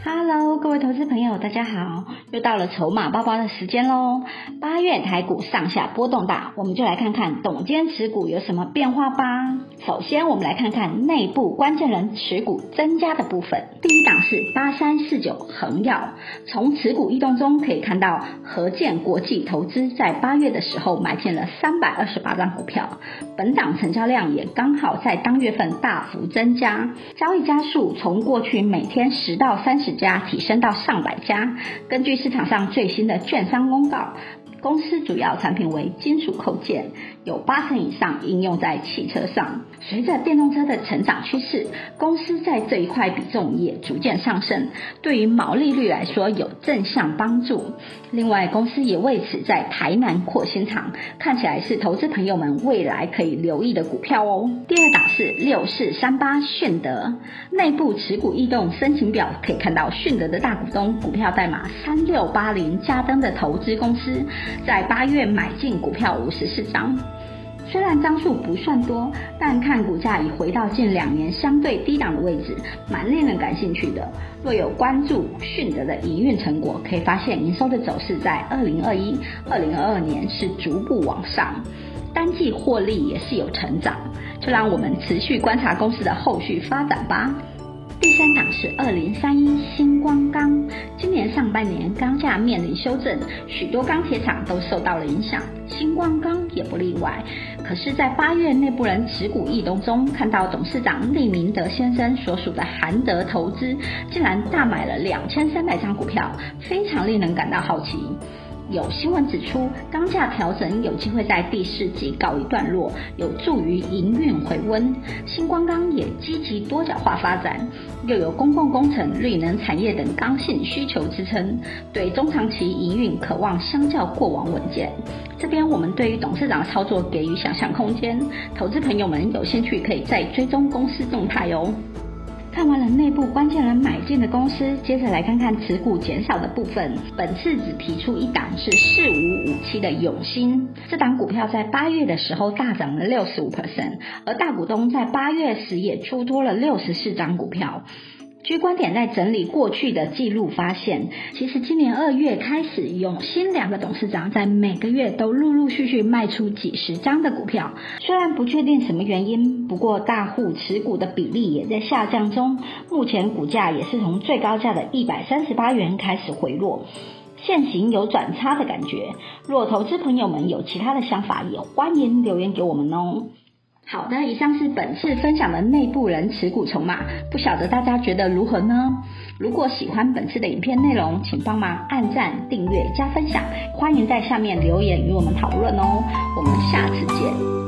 Hello， 各位投资朋友，大家好，又到了筹码报报的时间咯。8月台股上下波动大，我们就来看看董监持股有什么变化吧。首先，我们来看看内部关键人持股增加的部分。第一档是8349恒耀，从持股异动中可以看到，合建国际投资在8月的时候买进了328张股票，本档成交量也刚好在当月份大幅增加，交易家数从过去每天10到30家提升到上百家。根据市场上最新的券商公告，公司主要产品为金属扣件，有80%以上应用在汽车上。随着电动车的成长趋势，公司在这一块比重也逐渐上升，对于毛利率来说有正向帮助。另外，公司也为此在台南扩新厂，看起来是投资朋友们未来可以留意的股票哦。第二档是6438迅德，内部持股异动申请表可以看到，迅德的大股东股票代码3680加登的投资公司在8月买进股票54张，虽然张数不算多，但看股价已回到近2年相对低档的位置，蛮令人感兴趣的。若有关注迅德的营运成果，可以发现营收的走势在2021、2022年是逐步往上，单季获利也是有成长，就让我们持续观察公司的后续发展吧。第三档是2031新光钢，今年上半年钢价面临修正，许多钢铁厂都受到了影响，新光钢也不例外。可是在8月内部人持股异动中，看到董事长厉明德先生所属的韩德投资竟然大买了2300张股票，非常令人感到好奇。有新闻指出，钢价调整有机会在第4季告一段落，有助于营运回温。新光钢也积极多角化发展，又有公共工程、绿能产业等刚性需求支撑，对中长期营运可望相较过往稳健。这边我们对于董事长的操作给予想象空间，投资朋友们有兴趣可以再追踪公司动态哦。看完了内部关键人买进的公司，接着来看看持股减少的部分。本次只提出一档是4557的永兴，这档股票在8月的时候大涨了 65%， 而大股东在8月时也出脱了64张股票。据观点在整理过去的记录发现，其实今年2月开始，永兴2个董事长在每个月都陆陆续续卖出几十张的股票，虽然不确定什么原因，不过大户持股的比例也在下降中，目前股价也是从最高价的138元开始回落，现行有转差的感觉。若投资朋友们有其他的想法，也欢迎留言给我们哦。好的，以上是本次分享的内部人持股筹码，不晓得大家觉得如何呢？如果喜欢本次的影片内容，请帮忙按赞、订阅、加分享，欢迎在下面留言与我们讨论哦。我们下次见。